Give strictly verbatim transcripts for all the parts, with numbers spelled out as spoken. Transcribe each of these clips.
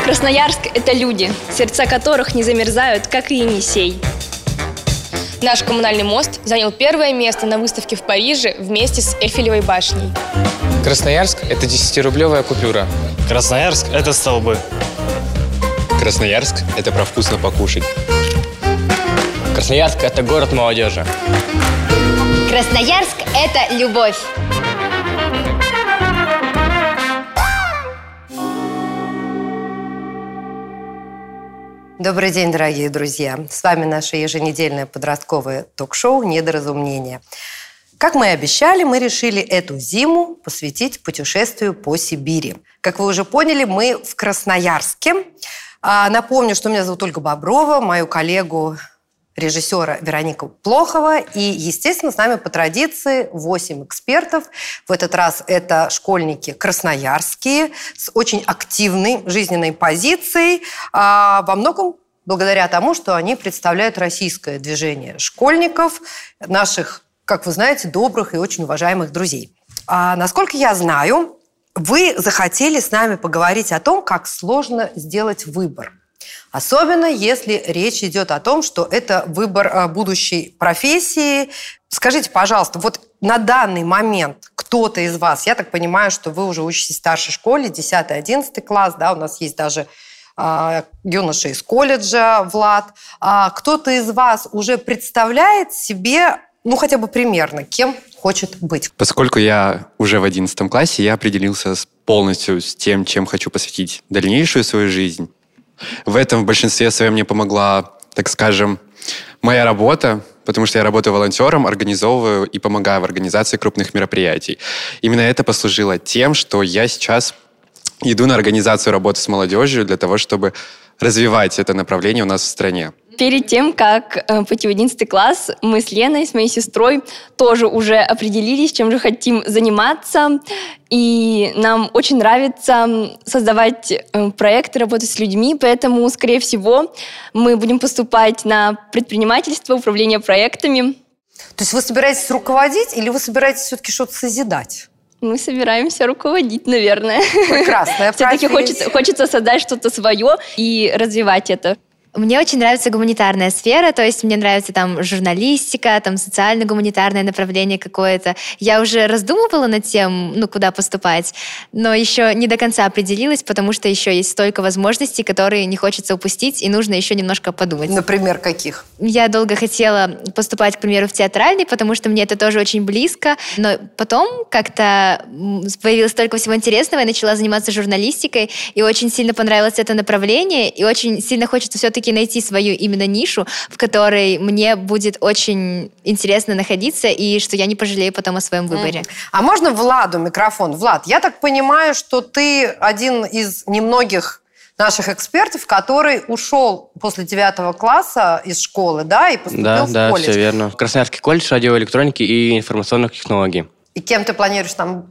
Красноярск – это люди, сердца которых не замерзают, как и Енисей. Наш коммунальный мост занял первое место на выставке в Париже вместе с Эйфелевой башней. Красноярск – это десятирублевая купюра. Красноярск – это столбы. Красноярск – это про вкусно покушать. Красноярск – это город молодежи. Красноярск – это любовь. Добрый день, дорогие друзья! С вами наше еженедельное подростковое ток-шоу «Недоразумение». Как мы и обещали, мы решили эту зиму посвятить путешествию по Сибири. Как вы уже поняли, мы в Красноярске. А, напомню, что меня зовут Ольга Боброва, мою коллегу режиссера Вероника Плохова. И, естественно, с нами по традиции восемь экспертов. В этот раз это школьники красноярские с очень активной жизненной позицией. А, во многом благодаря тому, что они представляют российское движение школьников, наших, как вы знаете, добрых и очень уважаемых друзей. А, насколько я знаю, вы захотели с нами поговорить о том, как сложно сделать выбор. Особенно, если речь идет о том, что это выбор будущей профессии. Скажите, пожалуйста, вот на данный момент кто-то из вас, я так понимаю, что вы уже учитесь в старшей школе, десятый-одиннадцатый класс, да, у нас есть даже э, юноши из колледжа, Влад. А кто-то из вас уже представляет себе, ну, хотя бы примерно, кем хочет быть? Поскольку я уже в одиннадцатом классе, я определился полностью с тем, чем хочу посвятить дальнейшую свою жизнь. В этом в большинстве своем мне помогла, так скажем, моя работа, потому что я работаю волонтером, организовываю и помогаю в организации крупных мероприятий. Именно это послужило тем, что я сейчас иду на организацию работы с молодежью для того, чтобы развивать это направление у нас в стране. Перед тем, как э, пойти в одиннадцатый класс, мы с Леной, с моей сестрой, тоже уже определились, чем же хотим заниматься. И нам очень нравится создавать э, проекты, работать с людьми, поэтому, скорее всего, мы будем поступать на предпринимательство, управление проектами. То есть вы собираетесь руководить или вы собираетесь все-таки что-то созидать? Мы собираемся руководить, наверное. Прекрасная профессия. Все-таки хочется, хочется создать что-то свое и развивать это. Мне очень нравится гуманитарная сфера, то есть мне нравится там журналистика, там социально-гуманитарное направление какое-то. Я уже раздумывала над тем, ну, куда поступать, но еще не до конца определилась, потому что еще есть столько возможностей, которые не хочется упустить, и нужно еще немножко подумать. Например, каких? Я долго хотела поступать, к примеру, в театральный, потому что мне это тоже очень близко, но потом как-то появилось столько всего интересного, я начала заниматься журналистикой, и очень сильно понравилось это направление, и очень сильно хочется все-таки найти свою именно нишу, в которой мне будет очень интересно находиться, и что я не пожалею потом о своем выборе. Mm. А можно Владу микрофон? Влад, я так понимаю, что ты один из немногих наших экспертов, который ушел после девятого класса из школы, да, и поступил да, в да, колледж. Да, все верно. Красноярский колледж радиоэлектроники и информационных технологий. И кем ты планируешь там?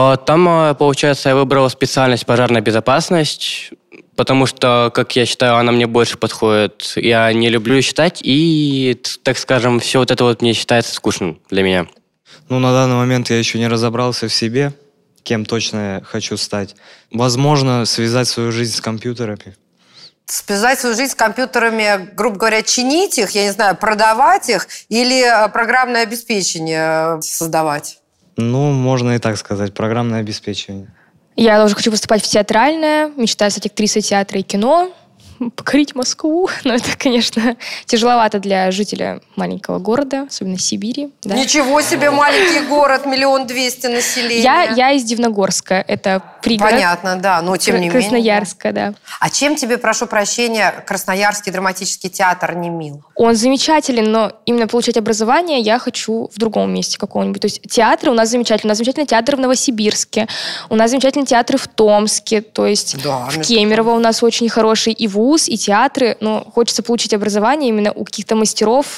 Там, получается, я выбрал специальность пожарная безопасность, потому что, как я считаю, она мне больше подходит. Я не люблю считать, и, так скажем, все вот это вот мне считается скучным для меня. Ну, на данный момент я еще не разобрался в себе, кем точно я хочу стать. Возможно, связать свою жизнь с компьютерами. Связать свою жизнь с компьютерами, грубо говоря, чинить их, я не знаю, продавать их или программное обеспечение создавать? Ну, можно и так сказать, программное обеспечение. Я тоже хочу поступать в театральное, мечтаю стать актрисой театра и кино, покорить Москву. Но это, конечно, тяжеловато для жителя маленького города, особенно Сибири. Да. Ничего себе, маленький город, миллион двести населения. Я, я из Дивногорска, это пригород. Понятно, да, но тем не менее. Красноярска, да. А чем тебе, прошу прощения, Красноярский драматический театр не мил? Он замечателен, но именно получать образование я хочу в другом месте каком-нибудь. То есть театры у нас замечательные. У нас замечательный театр в Новосибирске, у нас замечательные театры в Томске, то есть да, в Кемерово у нас очень хороший и вуз, и театры. Но хочется получить образование именно у каких-то мастеров,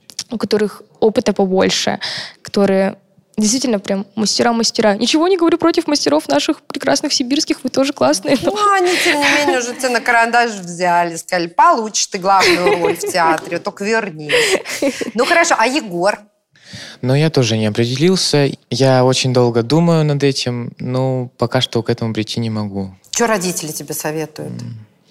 у которых опыта побольше, которые действительно прям мастера-мастера. Ничего не говорю против мастеров наших прекрасных сибирских, вы тоже классные. Но... Ну, они, тем не менее, уже тебя на карандаш взяли, сказали, получишь ты главную роль в театре, только вернись. Ну, хорошо, а Егор? Но я тоже не определился. Я очень долго думаю над этим, но пока что к этому прийти не могу. Что родители тебе советуют?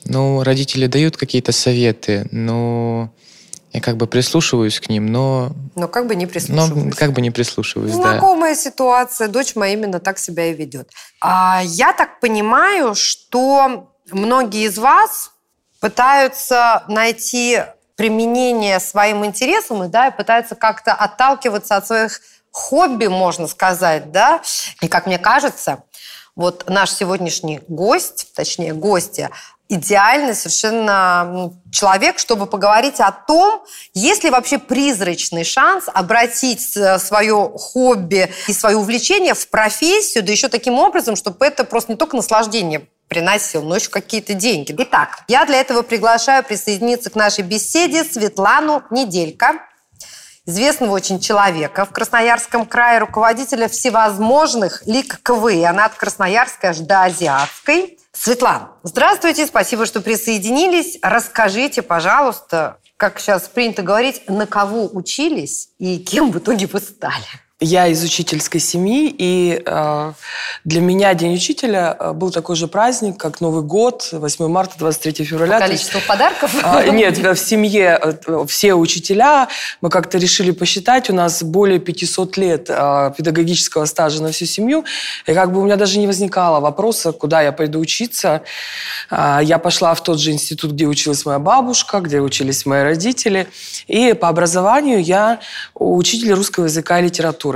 Ну, родители дают какие-то советы, но я как бы прислушиваюсь к ним, но... Но как бы не прислушиваюсь. Но как бы не прислушиваюсь, да. Знакомая ситуация. Дочь моя именно так себя и ведет. А, я так понимаю, что многие из вас пытаются найти применение своим интересам, и, да, и пытаются как-то отталкиваться от своих хобби, можно сказать, да. И, как мне кажется, вот наш сегодняшний гость, точнее, гостья, идеальный совершенно человек, чтобы поговорить о том, есть ли вообще призрачный шанс обратить свое хобби и свое увлечение в профессию, да еще таким образом, чтобы это просто не только наслаждение приносил, но еще какие-то деньги. Итак, я для этого приглашаю присоединиться к нашей беседе Светлану Неделько, известного очень человека в Красноярском крае, руководителя всевозможных лиг КВН, она от Красноярской аж до Азиатской. Светлана, здравствуйте, спасибо, что присоединились. Расскажите, пожалуйста, как сейчас принято говорить, на кого учились и кем в итоге вы стали? Я из учительской семьи, и э, для меня День учителя был такой же праздник, как Новый год, восьмое марта, двадцать третье февраля. По количеству подарков? Э, нет, в семье э, все учителя, мы как-то решили посчитать, у нас более пятьсот лет э, педагогического стажа на всю семью, и как бы у меня даже не возникало вопроса, куда я пойду учиться. Э, я пошла в тот же институт, где училась моя бабушка, где учились мои родители, и по образованию я учитель русского языка и литературы.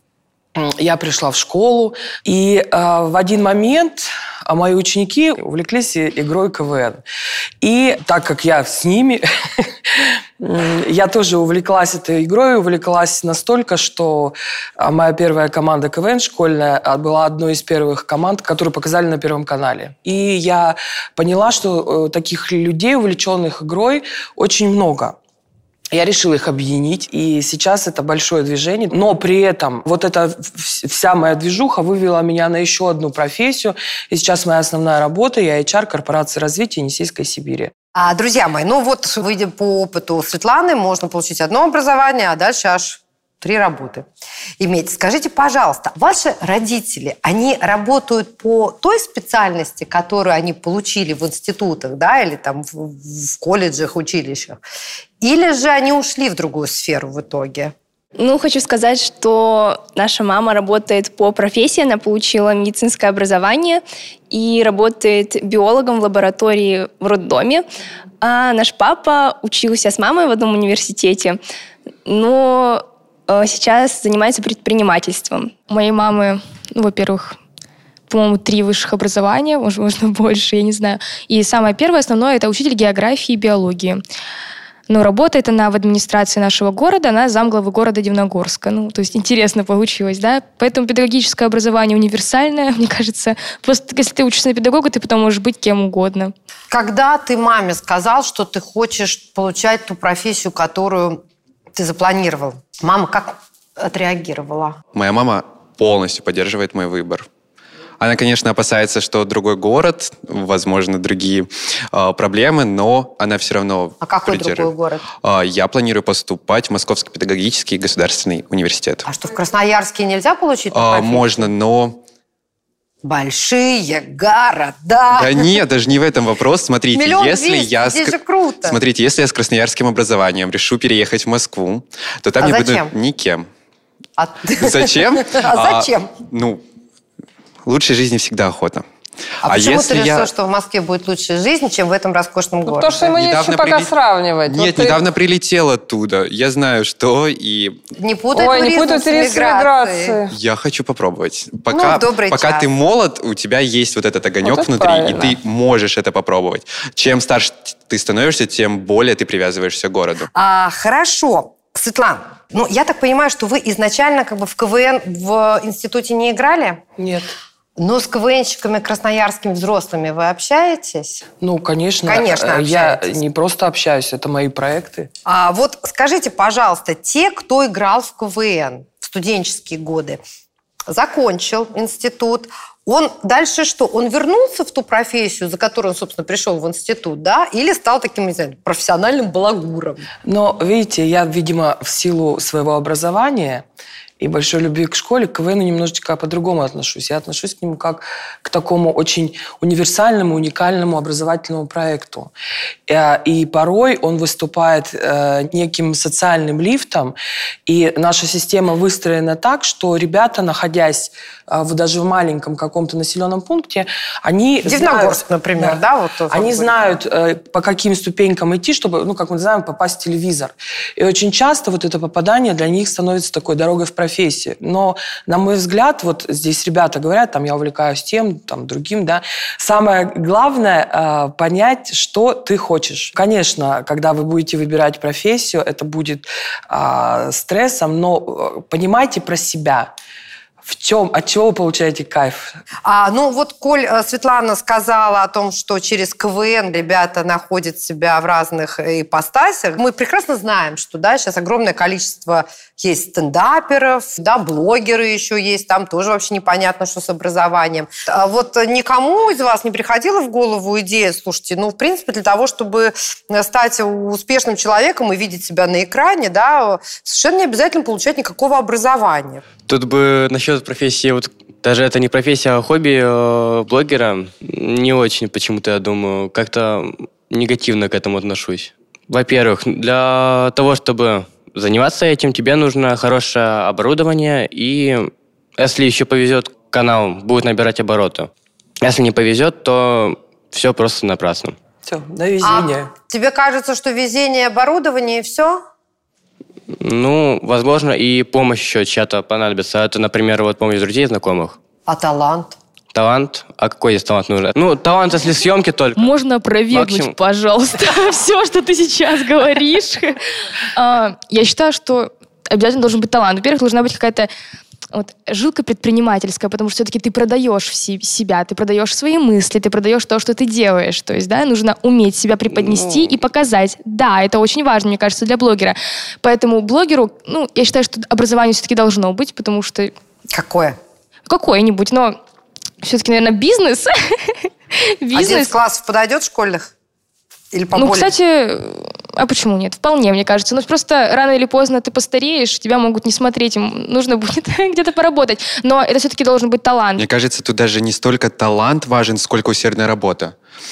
Я пришла в школу, и э, в один момент мои ученики увлеклись игрой КВН. И так как я с ними, я тоже увлеклась этой игрой, увлеклась настолько, что моя первая команда КВН школьная была одной из первых команд, которые показали на Первом канале. И я поняла, что таких людей, увлеченных игрой, очень много. Я решила их объединить, и сейчас это большое движение. Но при этом вот эта вся моя движуха вывела меня на еще одну профессию. И сейчас моя основная работа – я эйч ар корпорации развития Енисейской Сибири. А, друзья мои, ну вот, выйдя по опыту Светланы, можно получить одно образование, а дальше аж три работы иметь. Скажите, пожалуйста, ваши родители, они работают по той специальности, которую они получили в институтах, да, или там в, в колледжах, училищах, или же они ушли в другую сферу в итоге? Ну, хочу сказать, что наша мама работает по профессии, она получила медицинское образование и работает биологом в лаборатории в роддоме. А наш папа учился с мамой в одном университете, но сейчас занимается предпринимательством. У моей мамы, ну, во-первых, по-моему, три высших образования, может, можно больше, я не знаю. И самое первое, основное, это учитель географии и биологии. Но работает она в администрации нашего города, она замглавы города Дивногорска. Ну, то есть интересно получилось, да? Поэтому педагогическое образование универсальное, мне кажется. Просто если ты учишься на педагога, ты потом можешь быть кем угодно. Когда ты маме сказал, что ты хочешь получать ту профессию, которую ты запланировал, мама как отреагировала? Моя мама полностью поддерживает мой выбор. Она, конечно, опасается, что другой город, возможно, другие э, проблемы, но она все равно... А какой другой город? Э, я планирую поступать в Московский педагогический государственный университет. А что, в Красноярске нельзя получить эту э, профессию? Можно, но... Большие города. Да нет, даже не в этом вопрос. Смотрите, Миллион если двести, я... здесь с... же круто. Смотрите, если я с красноярским образованием решу переехать в Москву, то там а я зачем? буду никем. А... Зачем? А зачем? Ну, лучшей жизни всегда охота. А, а почему ты решил, я... что в Москве будет лучшая жизнь, чем в этом роскошном городе? Ну, то, что ему не еще пока прили... сравнивать. Нет, вот недавно ты... прилетел оттуда. Я знаю, что и... Не путай Ой, туризм не путай с миграцией. Я хочу попробовать. Пока, ну, пока час. ты молод, у тебя есть вот этот огонек вот внутри, правильно. и ты можешь это попробовать. Чем старше ты становишься, тем более ты привязываешься к городу. А, хорошо. Светлана, ну, я так понимаю, что вы изначально как бы в КВН в институте не играли? Нет. Но с КВНщиками красноярскими взрослыми вы общаетесь? Ну, конечно. Конечно, я общаетесь. не просто общаюсь, это мои проекты. А вот скажите, пожалуйста, те, кто играл в КВН в студенческие годы, закончил институт, он дальше что? Он вернулся в ту профессию, за которую он, собственно, пришел в институт, да? Или стал таким, не знаю, профессиональным балагуром? Но, видите, я, видимо, в силу своего образования и большой любви к школе, к КВНу немножечко по-другому отношусь. Я отношусь к нему как к такому очень универсальному, уникальному образовательному проекту. И порой он выступает неким социальным лифтом, и наша система выстроена так, что ребята, находясь в, даже в маленьком каком-то населенном пункте, они Дивногорск, знают, например, да? да вот тоже они будет. знают, по каким ступенькам идти, чтобы, ну, как мы знаем, попасть в телевизор. И очень часто вот это попадание для них становится такой дорогой в профессию. Но, на мой взгляд, вот здесь ребята говорят, там, я увлекаюсь тем, там, другим, да. Самое главное э, понять, что ты хочешь. Конечно, когда вы будете выбирать профессию, это будет э, стрессом, но понимайте про себя. В чем, от чего вы получаете кайф? А, ну вот, коль Светлана сказала о том, что через КВН ребята находят себя в разных ипостасях, мы прекрасно знаем, что да, сейчас огромное количество есть стендаперов, да, блогеры еще есть, там тоже вообще непонятно, что с образованием. А вот никому из вас не приходила в голову идея, слушайте, ну, в принципе, для того, чтобы стать успешным человеком и видеть себя на экране, да, совершенно не обязательно получать никакого образования. Тут бы насчет профессии, вот даже это не профессия, а хобби э, блогера, не очень почему-то, я думаю, как-то негативно к этому отношусь. Во-первых, для того, чтобы заниматься этим, тебе нужно хорошее оборудование, и если еще повезет, канал будет набирать обороты. Если не повезет, то все просто напрасно. Все, на везение. А тебе кажется, что везение, оборудование и все? Ну, возможно, и помощь еще чья-то понадобится. Это, например, вот помощь друзей, знакомых. А талант? Талант? А какой здесь талант нужен? Ну, талант, если съемки только. Можно опровергнуть, Максимум. пожалуйста, все, что ты сейчас говоришь. Я считаю, что обязательно должен быть талант. Во-первых, должна быть какая-то вот жилка предпринимательская, потому что все-таки ты продаешь себя, ты продаешь свои мысли, ты продаешь то, что ты делаешь. То есть, да, нужно уметь себя преподнести и показать. Да, это очень важно, мне кажется, для блогера. Поэтому блогеру, ну, я считаю, что образование все-таки должно быть, потому что... Какое? Какое-нибудь, но все-таки, наверное, бизнес. Бизнес. одиннадцать классов подойдет школьных? Или поболее? Ну, кстати, а почему нет? Вполне, мне кажется. Ну, просто рано или поздно ты постареешь, тебя могут не смотреть, им нужно будет где-то поработать. Но это все-таки должен быть талант. Мне кажется, тут даже не столько талант важен, сколько усердная работа.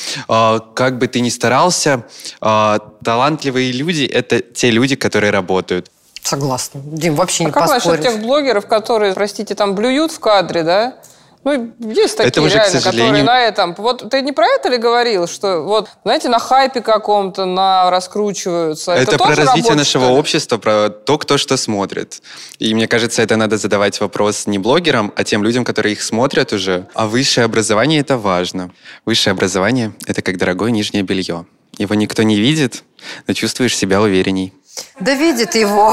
Как бы ты ни старался, талантливые люди – это те люди, которые работают. Согласна. Дим, вообще не а как поспоришь. насчет тех блогеров, которые, простите, там блюют в кадре, да? Ну, есть такие, это уже, реально, к сожалению... которые на этом... Вот ты не про это ли говорил, что вот, знаете, на хайпе каком-то на раскручиваются? Это, это про тоже развитие работа, нашего общества, про то, кто что смотрит. И мне кажется, это надо задавать вопрос не блогерам, а тем людям, которые их смотрят уже. А высшее образование – это важно. Высшее образование – это как дорогое нижнее белье. Его никто не видит, но чувствуешь себя уверенней. Да видит его.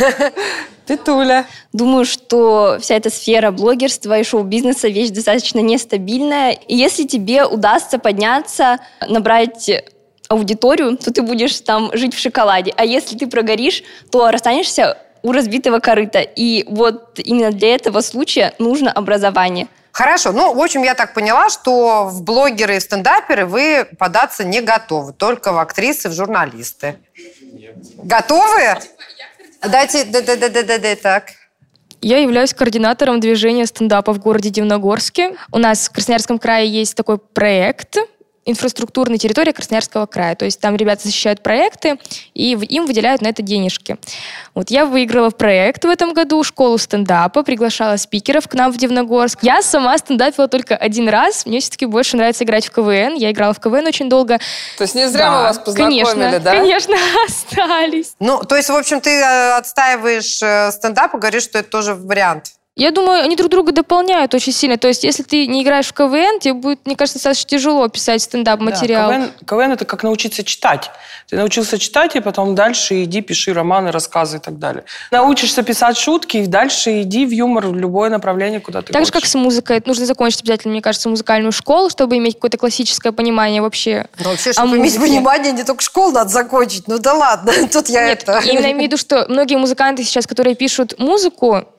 Ты Туля. Думаю, что вся эта сфера блогерства и шоу-бизнеса вещь достаточно нестабильная. И если тебе удастся подняться, набрать аудиторию, то ты будешь там жить в шоколаде. А если ты прогоришь, то расстанешься у разбитого корыта. И вот именно для этого случая нужно образование. Хорошо. Ну, в общем, я так поняла, что в блогеры и стендаперы вы податься не готовы, только в актрисы, в журналисты. Нет. Готовы? Дайте, да, да, да, да, да, да, так. Я являюсь координатором движения стендапа в городе Дивногорске. У нас в Красноярском крае есть такой проект «Инфраструктурная территория Красноярского края». То есть там ребята защищают проекты, и им выделяют на это денежки. Вот я выиграла проект в этом году, школу стендапа, приглашала спикеров к нам в Дивногорск. Я сама стендапила только один раз. Мне все-таки больше нравится играть в КВН. Я играла в КВН очень долго. То есть не зря да, мы вас познакомили, конечно, да? Конечно, остались. Ну, то есть, в общем, ты отстаиваешь стендап и говоришь, что это тоже вариант. Я думаю, они друг друга дополняют очень сильно. То есть, если ты не играешь в КВН, тебе будет, мне кажется, достаточно тяжело писать стендап-материал. Да, КВН, КВН – это как научиться читать. Ты научился читать, и потом дальше иди, пиши романы, рассказы и так далее. Научишься писать шутки, и дальше иди в юмор, в любое направление, куда ты так хочешь. Так же, как с музыкой. Нужно закончить обязательно, мне кажется, музыкальную школу, чтобы иметь какое-то классическое понимание вообще. Ну, вообще, чтобы иметь понимание, не только школу надо закончить. Ну да ладно, тут я Нет, это... именно имею в виду, что многие музыканты сейчас, которые пишут музыку,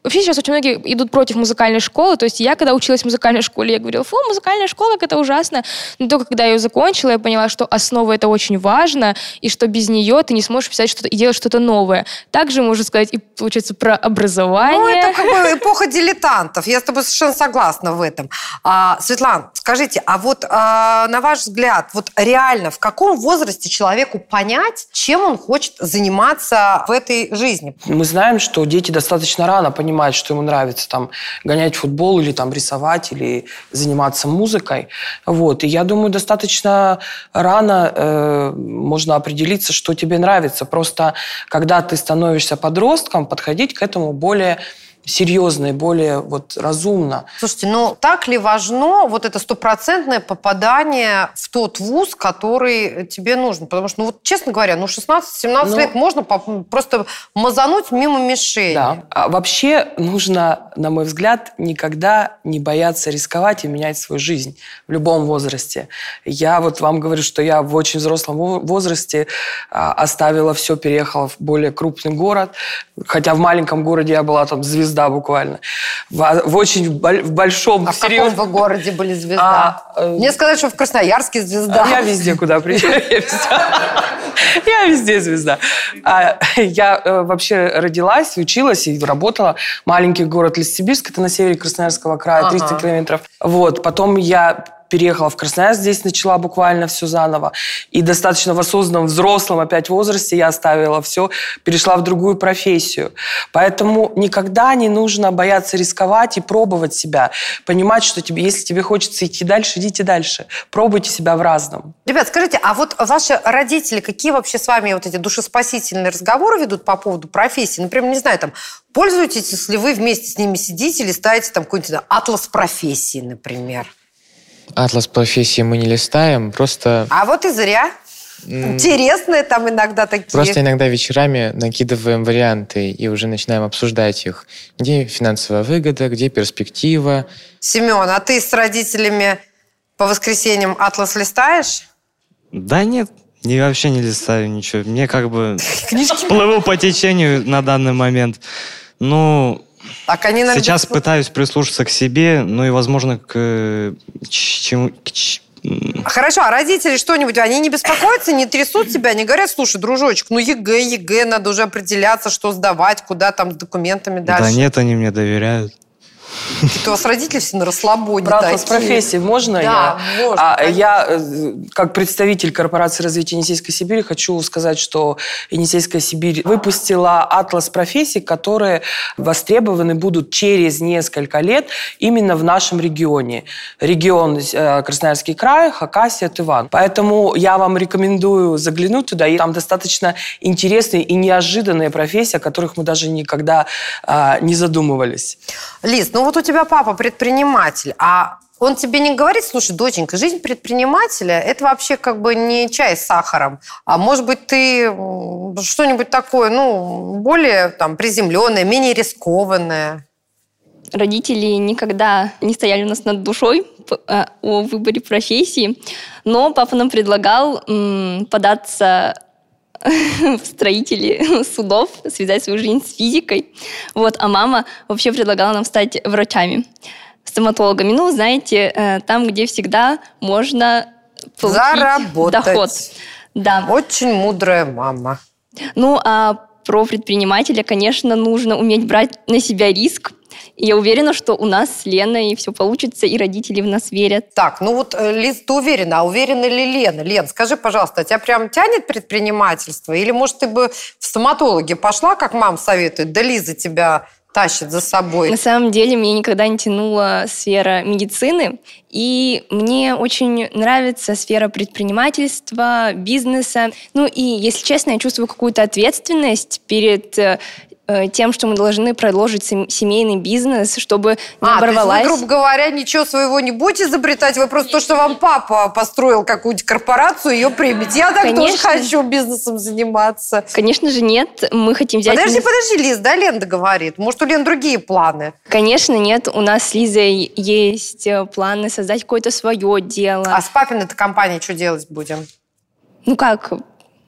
Вообще сейчас очень многие идут против музыкальной школы. То есть я, когда училась в музыкальной школе, я говорила, фу, музыкальная школа, как это ужасно. Но только когда я ее закончила, я поняла, что основа это очень важно, и что без нее ты не сможешь писать что-то и делать что-то новое. Также можно сказать и, получается, про образование. Ну, это как бы эпоха дилетантов. Я с тобой совершенно согласна в этом. А, Светлана, скажите, а вот а, на ваш взгляд, вот реально в каком возрасте человеку понять, чем он хочет заниматься в этой жизни? Мы знаем, что дети достаточно рано понимают, что ему нравится там гонять в футбол или там рисовать или заниматься музыкой. Вот. И я думаю, достаточно рано э, можно определиться, что тебе нравится. Просто когда ты становишься подростком, подходить к этому более серьезно и более вот разумно. Слушайте, ну так ли важно вот это стопроцентное попадание в тот вуз, который тебе нужен? Потому что, ну вот, честно говоря, ну шестнадцать-семнадцать Ну, лет можно по- просто мазануть мимо мишени. Да. А вообще нужно, на мой взгляд, никогда не бояться рисковать и менять свою жизнь в любом возрасте. Я вот вам говорю, что я в очень взрослом во- возрасте а, оставила все, переехала в более крупный город. Хотя в маленьком городе я была там звезда буквально. В, в очень боль- в большом... А в каком вы городе были звезда? А, э, Мне сказали, что в Красноярске звезда. А я везде, куда приезжаю, я везде. Я везде звезда. А, я э, вообще родилась, училась и работала. Маленький город Лесосибирск, это на севере Красноярского края, триста Ага. километров. Вот. Потом я переехала в Красноярск, здесь начала буквально все заново. И достаточно в осознанном, взрослом опять возрасте я оставила все, перешла в другую профессию. Поэтому никогда не нужно бояться рисковать и пробовать себя. Понимать, что тебе, если тебе хочется идти дальше, идите дальше. Пробуйте себя в разном. Ребят, скажите, а вот ваши родители, какие вообще с вами вот эти душеспасительные разговоры ведут по поводу профессии? Например, не знаю, там, пользуетесь ли вы вместе с ними сидите, листаете там какой-нибудь атлас профессии, например? Атлас профессии мы не листаем, просто... А вот и зря. м, Интересные там иногда такие. Просто иногда вечерами накидываем варианты и уже начинаем обсуждать их. Где финансовая выгода, где перспектива. Семен, а ты с родителями по воскресеньям атлас листаешь? Да нет, не, вообще не листаю ничего. Мне как бы плыву по течению на данный момент. Ну, Так они, наверное, сейчас бесплатно- пытаюсь прислушаться к себе, ну и, возможно, к э, ч- чему... к ч- м, Хорошо, а родители что-нибудь, они не беспокоятся, не трясут тебя, не говорят, слушай, дружочек, ну ЕГЭ, ЕГЭ, надо уже определяться, что сдавать, куда там с документами дальше. Да нет, они мне доверяют. Какие-то у вас родители все на расслабоне Про атлас такие. профессии можно? Да, я? можно, А, конечно. я, э, как представитель корпорации развития Енисейской Сибири, хочу сказать, что Енисейская Сибирь выпустила атлас профессий, которые востребованы будут через несколько лет именно в нашем регионе. Регион э, Красноярский край, Хакасия, Тыван. Поэтому я вам рекомендую заглянуть туда. И там достаточно интересные и неожиданные профессии, о которых мы даже никогда э, не задумывались. Лиз, ну вот у тебя папа предприниматель, а он тебе не говорит, слушай, доченька, жизнь предпринимателя – это вообще как бы не чай с сахаром. А может быть, ты м, что-нибудь такое, ну, более там приземленное, менее рискованное? Родители никогда не стояли у нас над душой п- а, о выборе профессии, но папа нам предлагал м, податься в строители судов, связать свою жизнь с физикой. Вот, а мама вообще предлагала нам стать врачами, стоматологами. Ну, знаете, э, там, где всегда можно получить Заработать. доход. Да. Очень мудрая мама. Ну, а про предпринимателя, конечно, нужно уметь брать на себя риск. И я уверена, что у нас с Леной все получится, и родители в нас верят. Так, ну вот, э, Лиз, ты уверена, а уверена ли Лена? Лен, скажи, пожалуйста, а тебя прям тянет предпринимательство? Или, может, ты бы в стоматологи пошла, как мама советует, да Лиза тебя тащит за собой? На самом деле, меня никогда не тянула сфера медицины, и мне очень нравится сфера предпринимательства, бизнеса. Ну и, если честно, я чувствую какую-то ответственность перед э, тем, что мы должны продолжить сем- семейный бизнес, чтобы не А, то есть оборвалась. вы, грубо говоря, ничего своего не будете изобретать, вы просто то, что вам папа построил какую-нибудь корпорацию, ее примете. Я так тоже Конечно. хочу бизнесом заниматься. Конечно же, нет. Мы хотим взять... Подожди, инициативу. подожди, Лиз, да, Лен договорит? Может, у Лен другие планы? Конечно, нет. У нас с Лизой есть э, планы создать какое-то свое дело. А с папиной-то компанией что делать будем? Ну как?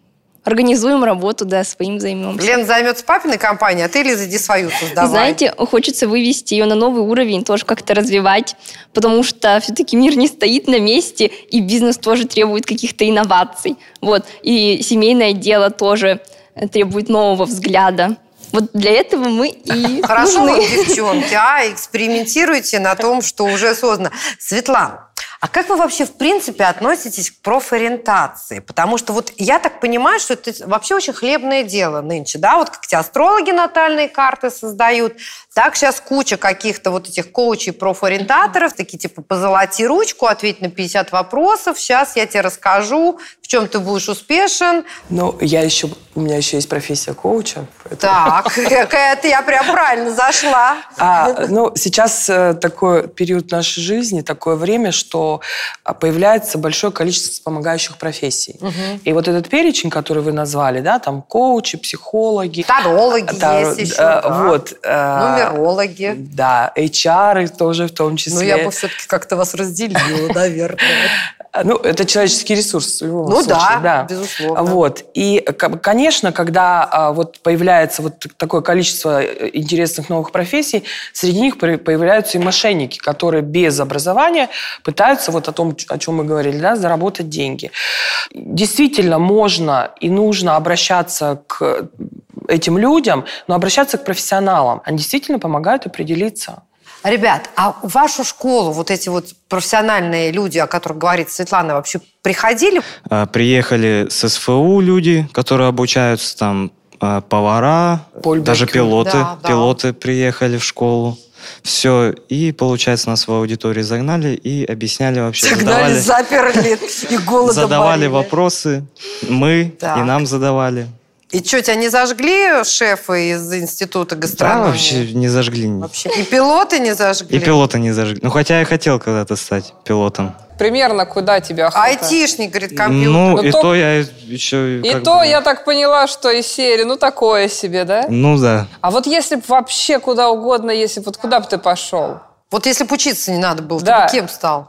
организуем работу, да, своим займемся. Лена займется папиной компанией, а ты, Лиза, иди свою создавай. Знаете, хочется вывести ее на новый уровень, тоже как-то развивать, потому что все-таки мир не стоит на месте, и бизнес тоже требует каких-то инноваций. Вот. И семейное дело тоже требует нового взгляда. Вот для этого мы и Хорошо, нужны. вот, девчонки, а экспериментируйте на том, что уже создано. Светлана, а как вы вообще в принципе относитесь к профориентации? Потому что вот я так понимаю, что это вообще очень хлебное дело нынче, да? Вот как те астрологи натальные карты создают, так сейчас куча каких-то вот этих коучей, профориентаторов, такие типа позолоти ручку, ответь на пятьдесят вопросов, сейчас я тебе расскажу, в чем ты будешь успешен. Ну, я еще, у меня еще есть профессия коуча. Поэтому... Так, какая-то я прям правильно зашла. А, ну, сейчас э, такой период нашей жизни, такое время, что появляется большое количество вспомогающих профессий. Угу. И вот этот перечень, который вы назвали, да, там коучи, психологи. Тарологи тар, есть еще, э, да. Вот. Э, Нумерологи. Да, эйч ар тоже в том числе. Ну, я бы все-таки как-то вас разделила, наверное. Ну, это человеческий ресурс в любом ну, случае. да, да, безусловно. Вот. И, конечно, когда а, вот появляется вот такое количество интересных новых профессий, среди них появляются и мошенники, которые без образования пытаются, вот о том, о чем мы говорили, да, заработать деньги. Действительно, можно и нужно обращаться к этим людям, но обращаться к профессионалам. Они действительно помогают определиться. Ребят, а в вашу школу вот эти вот профессиональные люди, о которых говорит Светлана, вообще приходили? Приехали с эс эф у люди, которые обучаются, там повара, Польбекер. даже пилоты. Да, да. Пилоты приехали в школу. Все, и, получается, нас в аудитории загнали и объясняли вообще. Загнали, задавали, заперли и голодом задавали морили. вопросы, мы Так. и нам задавали. И что, тебя не зажгли шефы из института Да, гастрономии? вообще не зажгли. Вообще. И пилоты не зажгли? И пилота не зажгли. Ну, хотя я хотел когда-то стать пилотом. Примерно куда тебя охота? Айтишник, говорит, компьютер. Ну, Ну, и то- то я еще... И как то, бы- я так поняла, что из серии, ну, такое себе, да? Ну, да. А вот если бы вообще куда угодно, если бы, вот куда бы ты пошел? Вот если бы учиться не надо было, Да. ты бы кем стал?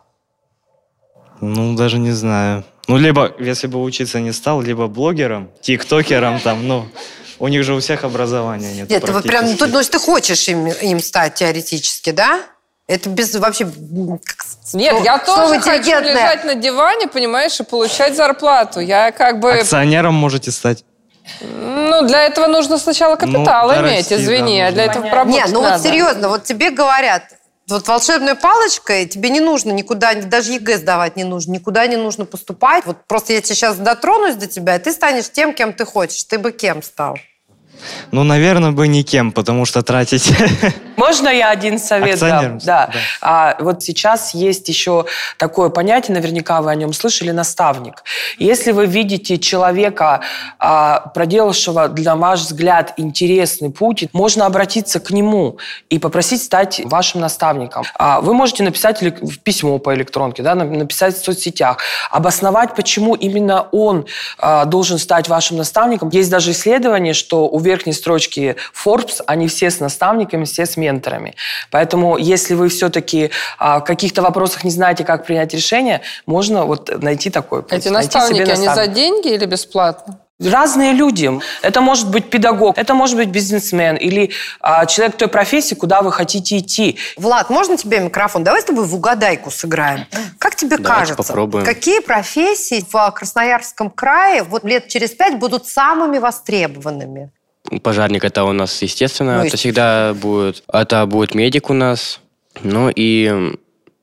Ну, даже не знаю. Ну, либо, если бы учиться не стал, либо блогером, тиктокером там, ну... У них же у всех образования нет. Нет, ты вот прям, практически. ну, то есть ты хочешь им, им стать теоретически, да? Это без вообще... как, Нет, слово- я слово тоже хочу интеллигентное. лежать на диване, понимаешь, и получать зарплату. Я как бы... Акционером можете стать. Ну, для этого нужно сначала капитал Ну, для иметь, России, извини, да, а для нужно. этого поработать Нет, ну надо. вот серьезно, вот тебе говорят, вот волшебной палочкой тебе не нужно никуда, даже ЕГЭ сдавать не нужно, никуда не нужно поступать. Вот просто я тебе сейчас дотронусь до тебя, и ты станешь тем, кем ты хочешь. Ты бы кем стал? Ну, наверное, бы никем, потому что тратить... Можно я один совет дам? Акционером, Да. да. А, вот сейчас есть еще такое понятие, наверняка вы о нем слышали, наставник. Если вы видите человека, а, проделавшего, для ваш взгляд, интересный путь, можно обратиться к нему и попросить стать вашим наставником. А, вы можете написать элек- в письмо по электронке, да, на- написать в соцсетях, обосновать, почему именно он а, должен стать вашим наставником. Есть даже исследование, что у верхней строчки Forbes они все с наставниками, все с менторами. Поэтому, если вы все-таки а, в каких-то вопросах не знаете, как принять решение, можно вот найти такой путь. Эти найти себе наставники, они за наставника. деньги или бесплатно? Разные люди. Это может быть педагог, это может быть бизнесмен или а, человек той профессии, куда вы хотите идти. Влад, можно тебе микрофон? Давай с тобой в угадайку сыграем. Как тебе Давайте кажется, попробуем. какие профессии в Красноярском крае вот лет через пять будут самыми востребованными? Пожарник это у нас, естественно, Ну, это естественно. всегда будет. Это будет медик у нас. Ну и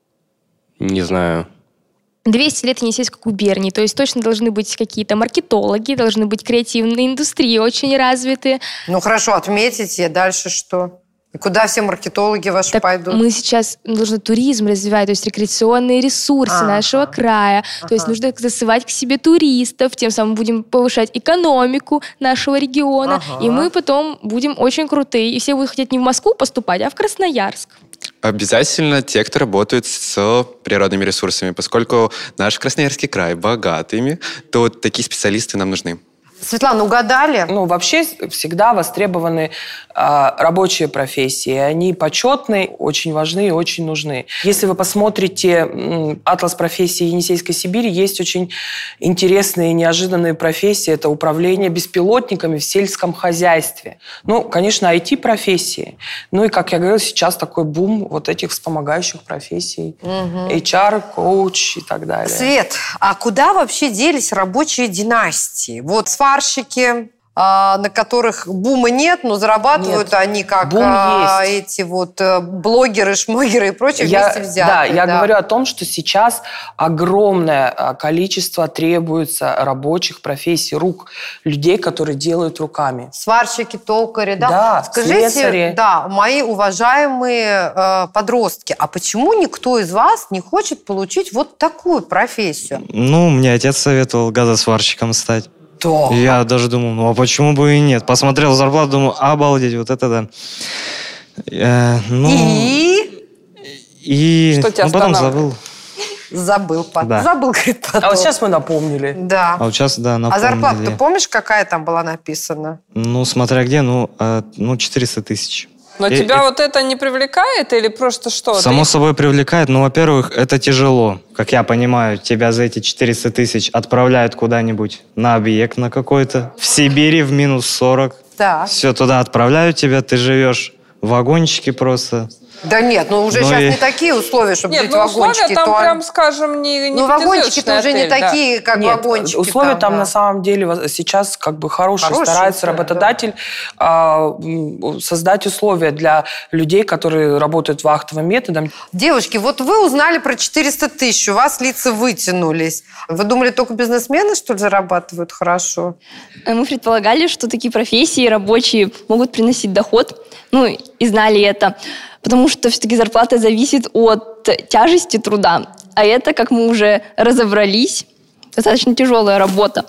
не знаю. двести лет Енисейской губернии, то есть точно должны быть какие-то маркетологи, должны быть креативные индустрии очень развитые. Ну хорошо, отметите, дальше что? И куда все маркетологи ваши Так пойдут? мы сейчас должны туризм развивать, то есть рекреационные ресурсы Ага. нашего края. То есть Ага. нужно засылать к себе туристов, тем самым будем повышать экономику нашего региона. Ага. И мы потом будем очень крутые. И все будут хотеть не в Москву поступать, а в Красноярск. Обязательно те, кто работают с природными ресурсами. Поскольку наш Красноярский край богатыми, то вот такие специалисты нам нужны. Светлана, угадали? Ну, вообще всегда востребованы э, рабочие профессии. Они почетные, очень важны и очень нужны. Если вы посмотрите м, «Атлас профессий Енисейской Сибири», есть очень интересные и неожиданные профессии. Это управление беспилотниками в сельском хозяйстве. Ну, конечно, ай ти-профессии. Ну и, как я говорила, сейчас такой бум вот этих вспомогающих профессий. Угу. эйч ар, коуч и так далее. Свет, а куда вообще делись рабочие династии? Вот сварщики, а, на которых бума нет, но зарабатывают нет. они как а, эти вот блогеры, шмогеры и прочие я, вместе взятые. Да, я да. говорю о том, что сейчас огромное количество требуется рабочих профессий, рук, людей, которые делают руками. Сварщики, токари, да? Да, Скажите, слесари. Да, мои уважаемые э, подростки, а почему никто из вас не хочет получить вот такую профессию? Ну, мне отец советовал газосварщиком стать. Да. Я даже думал, ну а почему бы и нет? Посмотрел зарплату, думаю, обалдеть, вот это да. Э, ну, и? И что тебя ну, потом забыл. Забыл, да. забыл, говорит, потом. А вот сейчас мы напомнили. Да. А вот сейчас, да, напомнили. А зарплата, ты помнишь, какая там была написана? Ну, смотря где, ну, э, ну четыреста тысяч. Но и, тебя и... вот это не привлекает или просто что? Само Ты... собой привлекает, но, во-первых, это тяжело. Как я понимаю, тебя за эти четыреста тысяч отправляют куда-нибудь на объект на какой-то. В Сибири в минус сорок. Да. Все, туда отправляют тебя, ты живешь в вагончике просто. Да нет, ну уже ну сейчас и... не такие условия, чтобы нет, жить в ну, вагончике. условия там то... прям, скажем, не, не ну, вагончики-то уже отель, не да. такие, как Нет, вагончики. условия там, там да. на самом деле сейчас как бы хорошие. Хорошие Старается условия, работодатель да. э, создать условия для людей, которые работают вахтовым методом. Девушки, вот вы узнали про четыреста тысяч, у вас лица вытянулись. Вы думали, только бизнесмены, что ли, зарабатывают хорошо? Мы предполагали, что такие профессии рабочие могут приносить доход. Ну, и знали это. Потому что все-таки зарплата зависит от тяжести труда. А это, как мы уже разобрались, достаточно тяжелая работа.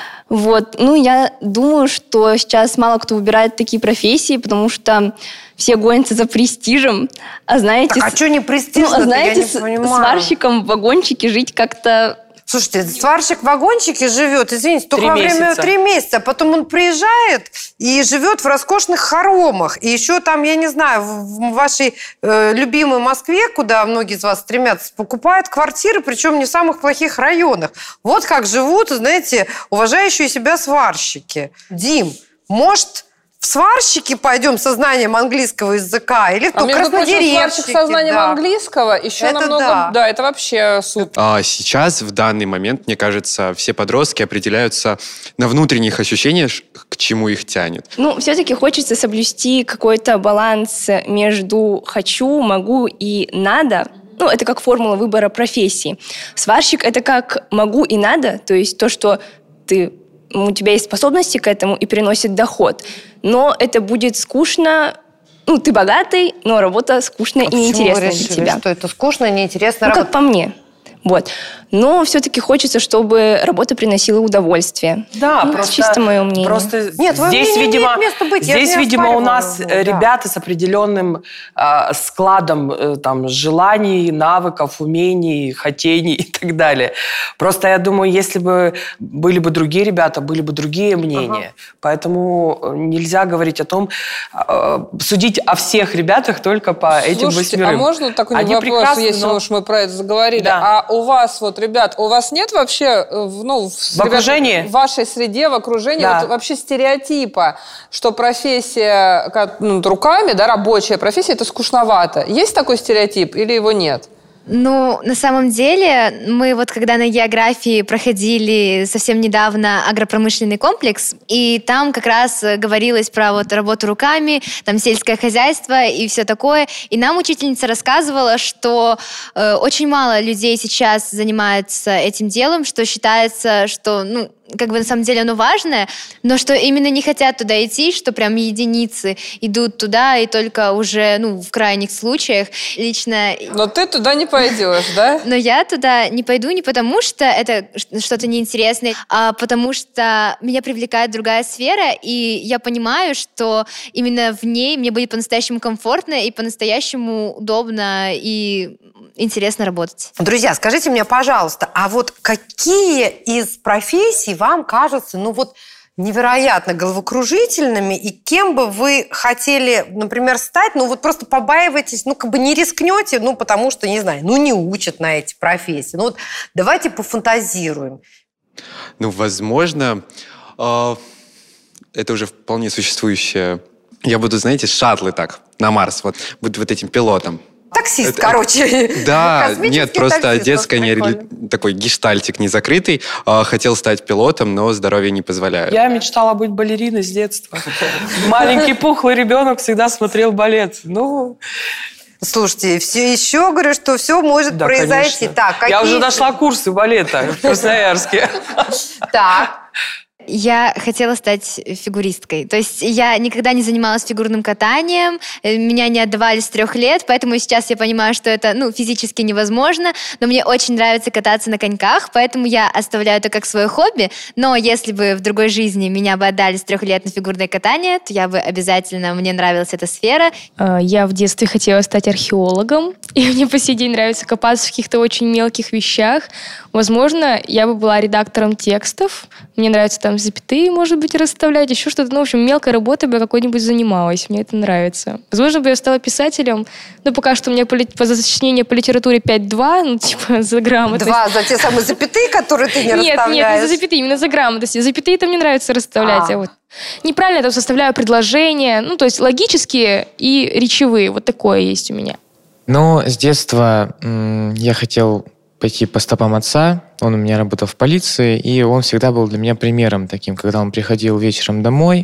Вот. Ну, я думаю, что сейчас мало кто выбирает такие профессии, потому что все гонятся за престижем. А знаете... Так, а с... что не престижно? Ну, а знаете, с... понимаю. сварщиком в вагончике жить как-то... Слушайте, сварщик в вагончике живет, извините, только Три во время месяца. три месяца. А потом он приезжает и живет в роскошных хоромах. И еще там, я не знаю, в вашей э, любимой Москве, куда многие из вас стремятся, покупают квартиры, причем не в самых плохих районах. Вот как живут, знаете, уважающие себя сварщики. Дим, может... В сварщики пойдем со знанием английского языка или в а между прочим, сварщик со знанием да. английского еще это намного... Да. да, это вообще супер. А сейчас, в данный момент, мне кажется, все подростки определяются на внутренних ощущениях, к чему их тянет. Ну, все-таки хочется соблюсти какой-то баланс между «хочу», «могу» и «надо». Ну, это как формула выбора профессии. Сварщик – это как «могу» и «надо», то есть то, что ты... у тебя есть способности к этому и приносит доход. Но это будет скучно. Ну, ты богатый, но работа скучная а и неинтересная для тебя. Что это скучно и неинтересная ну, работа? как по мне. Вот. Но все-таки хочется, чтобы работа приносила удовольствие. Да, ну, просто, чисто мое мнение. Просто Нет, здесь, не видимо, место быть. здесь, видимо, у нас да. ребята с определенным э, складом э, там, желаний, навыков, умений, хотений и так далее. Просто я думаю, если бы были бы другие ребята, были бы другие мнения. Ага. Поэтому нельзя говорить о том, э, судить о всех ребятах только по Слушайте, этим восьмерым. а можно такой Они вопрос, если но... уж мы про это заговорили? Да. А у вас, вот, ребят, у вас нет вообще, ну, в, в окружении? Ребят, в вашей среде, в окружении, да. вот, вообще стереотипа, что профессия как, ну, руками, да, рабочая профессия, это скучновато. Есть такой стереотип или его нет? Ну, на самом деле, мы вот когда на географии проходили совсем недавно агропромышленный комплекс, и там как раз говорилось про вот работу руками, там сельское хозяйство и все такое. И нам учительница рассказывала, что э, очень мало людей сейчас занимаются этим делом, что считается, что, ну, как бы на самом деле оно важное, но что именно не хотят туда идти, что прям единицы идут туда, и только уже, ну, в крайних случаях лично... Но ты туда не пойдешь, да? Но я туда не пойду не потому, что это что-то неинтересное, а потому что меня привлекает другая сфера, и я понимаю, что именно в ней мне будет по-настоящему комфортно и по-настоящему удобно и интересно работать. Друзья, скажите мне, пожалуйста, а вот какие из профессий вам кажутся, ну вот, невероятно головокружительными, и кем бы вы хотели, например, стать, ну вот просто побаиваетесь, ну как бы не рискнете, ну потому что, не знаю, ну не учат на эти профессии. Ну вот давайте пофантазируем. Ну, возможно, э, это уже вполне существующее. Я буду, знаете, шаттлы так, на Марс, вот, вот, вот этим пилотом. Таксист, Это- короче. Да, Космический нет, просто таксист, детская вот нереали- прикольно. такой гештальтик незакрытый. А, Хотел стать пилотом, но здоровье не позволяет. Я мечтала быть балериной с детства. Маленький пухлый ребенок всегда смотрел балет. Ну, Слушайте, все еще говорю, что все может да, произойти. конечно. Так, Я какие- уже нашла курсы балета в Красноярске. Так. Я хотела стать фигуристкой. То есть я никогда не занималась фигурным катанием, э, меня не отдавали с трех лет, поэтому сейчас я понимаю, что это ну, физически невозможно, но мне очень нравится кататься на коньках, поэтому я оставляю это как свое хобби, но если бы в другой жизни меня бы отдали с трех лет на фигурное катание, то я бы обязательно, мне нравилась эта сфера. Э, Я в детстве хотела стать археологом, и мне по сей день нравится копаться в каких-то очень мелких вещах. Возможно, я бы была редактором текстов. Мне нравится там запятые, может быть, расставлять, еще что-то. Ну, в общем, мелкой работой бы я какой-нибудь занималась. Мне это нравится. Возможно, бы я стала писателем. Но пока что у меня по, ли- по сочинению по литературе пять два, ну, типа, за грамотность. Два за те самые запятые, которые ты не Нет, нет, расставляешь. не за запятые, именно за грамотность. Запятые-то мне нравится расставлять. А. А вот неправильно я там составляю предложения. Ну, то есть логические и речевые. Вот такое есть у меня. Ну, с детства м, я хотел пойти по стопам отца. Он у меня работал в полиции, и он всегда был для меня примером таким. Когда он приходил вечером домой,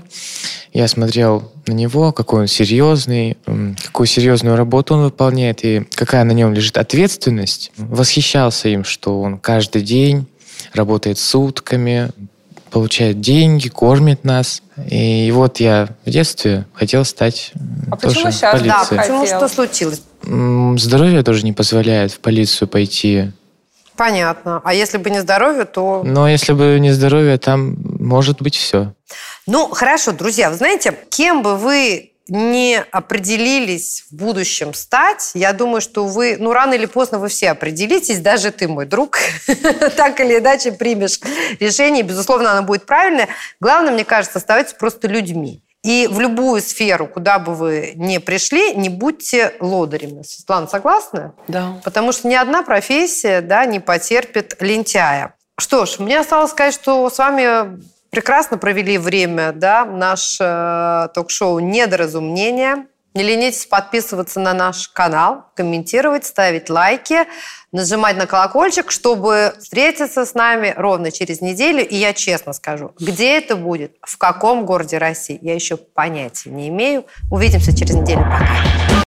я смотрел на него, какой он серьезный, м, какую серьезную работу он выполняет, и какая на нем лежит ответственность. Восхищался им, что он каждый день работает сутками, получает деньги, кормит нас. И вот я в детстве хотел стать м, А тоже почему в сейчас? Да, полиции. почему, Хотел. что случилось? М, Здоровье тоже не позволяет в полицию пойти. Понятно. А если бы не здоровье, то... Но если бы не здоровье, там может быть все. Ну, хорошо, друзья, вы знаете, кем бы вы не определились в будущем стать, я думаю, что вы, ну, рано или поздно вы все определитесь, даже ты, мой друг, так или иначе примешь решение, безусловно, оно будет правильное. Главное, мне кажется, оставайтесь просто людьми. И в любую сферу, куда бы вы ни пришли, не будьте лодырями. Светлана, согласна? Да. Потому что ни одна профессия, да, не потерпит лентяя. Что ж, мне осталось сказать, что с вами прекрасно провели время, да, наш э, ток-шоу «Недоразумение». Не ленитесь подписываться на наш канал, комментировать, ставить лайки, нажимать на колокольчик, чтобы встретиться с нами ровно через неделю. И я честно скажу, где это будет, в каком городе России, я еще понятия не имею. Увидимся через неделю. Пока.